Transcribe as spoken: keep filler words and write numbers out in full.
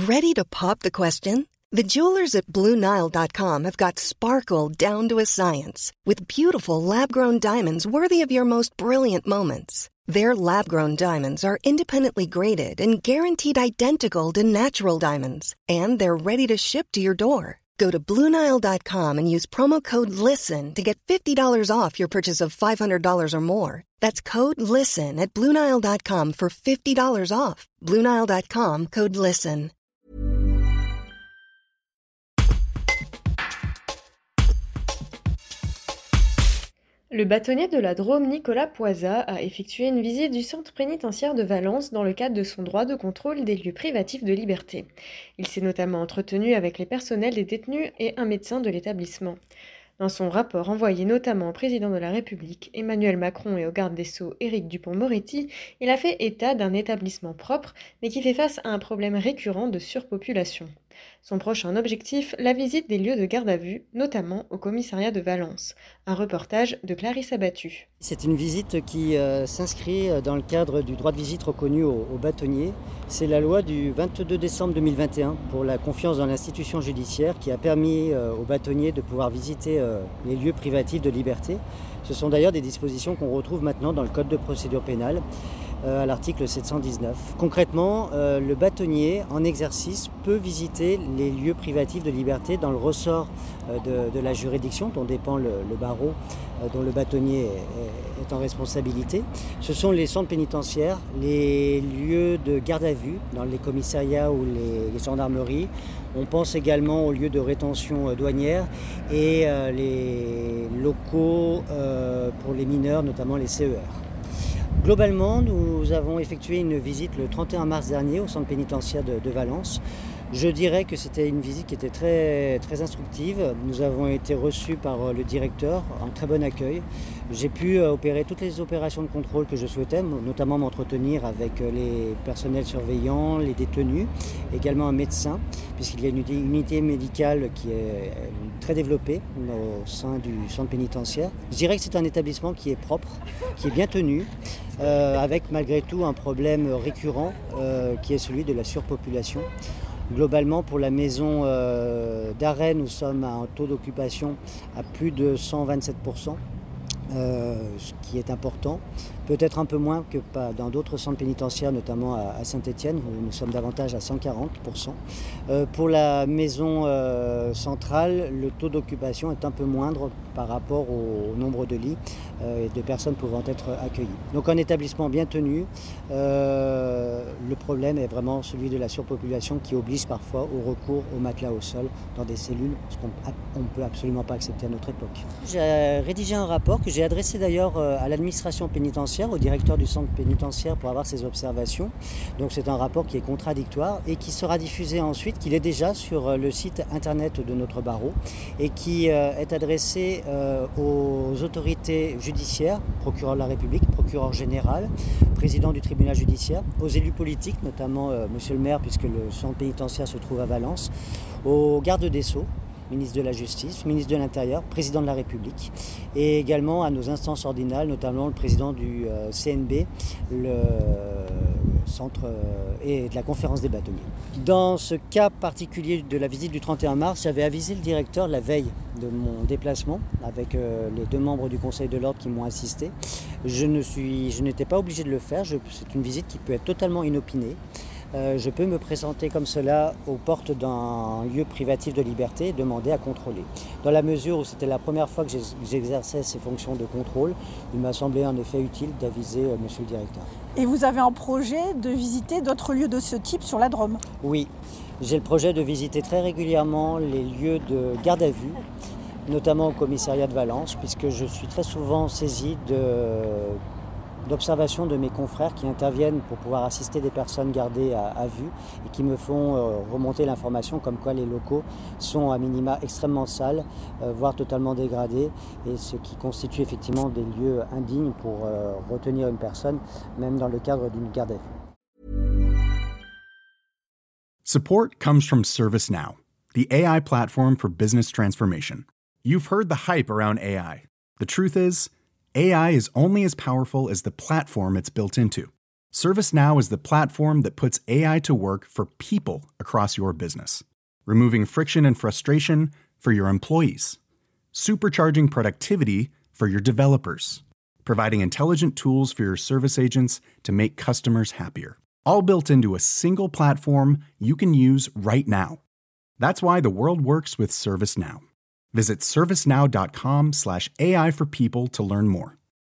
Ready to pop the question? The jewelers at Blue Nile dot com have got sparkle down to a science with beautiful lab-grown diamonds worthy of your most brilliant moments. Their lab-grown diamonds are independently graded and guaranteed identical to natural diamonds, and they're ready to ship to your door. Go to Blue Nile dot com and use promo code LISTEN to get fifty dollars off your purchase of five hundred dollars or more. That's code LISTEN at Blue Nile dot com for fifty dollars off. Blue Nile dot com, code LISTEN. Le bâtonnier de la Drôme Nicolas Poisa a effectué une visite du centre pénitentiaire de Valence dans le cadre de son droit de contrôle des lieux privatifs de liberté. Il s'est notamment entretenu avec les personnels des détenus et un médecin de l'établissement. Dans son rapport envoyé notamment au président de la République, Emmanuel Macron, et au garde des Sceaux, Éric Dupond-Moretti, il a fait état d'un établissement propre, mais qui fait face à un problème récurrent de surpopulation. Son prochain objectif, la visite des lieux de garde à vue, notamment au commissariat de Valence. Un reportage de Clarisse Abattu. C'est une visite qui euh, s'inscrit dans le cadre du droit de visite reconnu aux, aux bâtonniers. C'est la loi du vingt-deux décembre deux mille vingt et un pour la confiance dans l'institution judiciaire qui a permis euh, aux bâtonniers de pouvoir visiter euh, les lieux privatifs de liberté. Ce sont d'ailleurs des dispositions qu'on retrouve maintenant dans le Code de procédure pénale, euh, à l'article sept cent dix-neuf. Concrètement, euh, le bâtonnier en exercice peut visiter les lieux privatifs de liberté dans le ressort euh, de, de la juridiction dont dépend le, le barreau, euh, dont le bâtonnier est, est en responsabilité. Ce sont les centres pénitentiaires, les lieux de garde à vue dans les commissariats ou les, les gendarmeries. On pense également aux lieux de rétention euh, douanière et euh, les locaux euh, pour les mineurs, notamment les C E R. Globalement, nous avons effectué une visite le trente et un mars dernier au centre pénitentiaire de, de Valence. Je dirais que c'était une visite qui était très, très instructive. Nous avons été reçus par le directeur, en très bon accueil. J'ai pu opérer toutes les opérations de contrôle que je souhaitais, notamment m'entretenir avec les personnels surveillants, les détenus, également un médecin, puisqu'il y a une unité médicale qui est très développée au sein du centre pénitentiaire. Je dirais que c'est un établissement qui est propre, qui est bien tenu, euh, avec malgré tout un problème récurrent euh, qui est celui de la surpopulation. Globalement, pour la maison euh, d'arrêt, nous sommes à un taux d'occupation à plus de cent vingt-sept pour cent, euh, ce qui est important. Peut-être un peu moins que dans d'autres centres pénitentiaires, notamment à Saint-Étienne, où nous sommes davantage à cent quarante pour cent. Euh, pour la maison euh, centrale, le taux d'occupation est un peu moindre par rapport au, au nombre de lits euh, et de personnes pouvant être accueillies. Donc un établissement bien tenu. Euh, le problème est vraiment celui de la surpopulation qui oblige parfois au recours au matelas au sol dans des cellules, ce qu'on ne peut absolument pas accepter à notre époque. J'ai rédigé un rapport que j'ai adressé d'ailleurs à l'administration pénitentiaire, au directeur du centre pénitentiaire pour avoir ses observations. Donc c'est un rapport qui est contradictoire et qui sera diffusé ensuite, qu'il est déjà sur le site internet de notre barreau et qui euh, est adressé euh, aux autorités judiciaires, procureur de la République, procureur général, président du tribunal judiciaire, aux élus politiques, notamment euh, monsieur le maire puisque le centre pénitentiaire se trouve à Valence, aux gardes des Sceaux, ministre de la Justice, ministre de l'Intérieur, président de la République, et également à nos instances ordinales, notamment le président du euh, C N B, le euh, centre euh, et de la conférence des bâtonniers. Dans ce cas particulier de la visite du trente et un mars, j'avais avisé le directeur la veille de mon déplacement avec euh, les deux membres du Conseil de l'ordre qui m'ont assisté. Je ne suis, je n'étais pas obligé de le faire, je, c'est une visite qui peut être totalement inopinée. Euh, je peux me présenter comme cela aux portes d'un lieu privatif de liberté et demander à contrôler. Dans la mesure où c'était la première fois que j'exerçais ces fonctions de contrôle, il m'a semblé en effet utile d'aviser euh, monsieur le directeur. Et vous avez un projet de visiter d'autres lieux de ce type sur la Drôme ? Oui, j'ai le projet de visiter très régulièrement les lieux de garde à vue, notamment au commissariat de Valence, puisque je suis très souvent saisi de... d'observations de mes confrères qui interviennent pour pouvoir assister des personnes gardées à, à vue et qui me font euh, remonter l'information comme quoi les locaux sont à minima extrêmement sales, euh, voire totalement dégradés, et ce qui constitue effectivement des lieux indignes pour euh, retenir une personne, même dans le cadre d'une garde à vue. Support comes from ServiceNow, the A I platform for business transformation. You've heard the hype around A I. The truth is, A I is only as powerful as the platform it's built into. ServiceNow is the platform that puts A I to work for people across your business, removing friction and frustration for your employees, supercharging productivity for your developers, providing intelligent tools for your service agents to make customers happier, all built into a single platform you can use right now. That's why the world works with ServiceNow. Visit servicenow.com slash AI for people to learn more.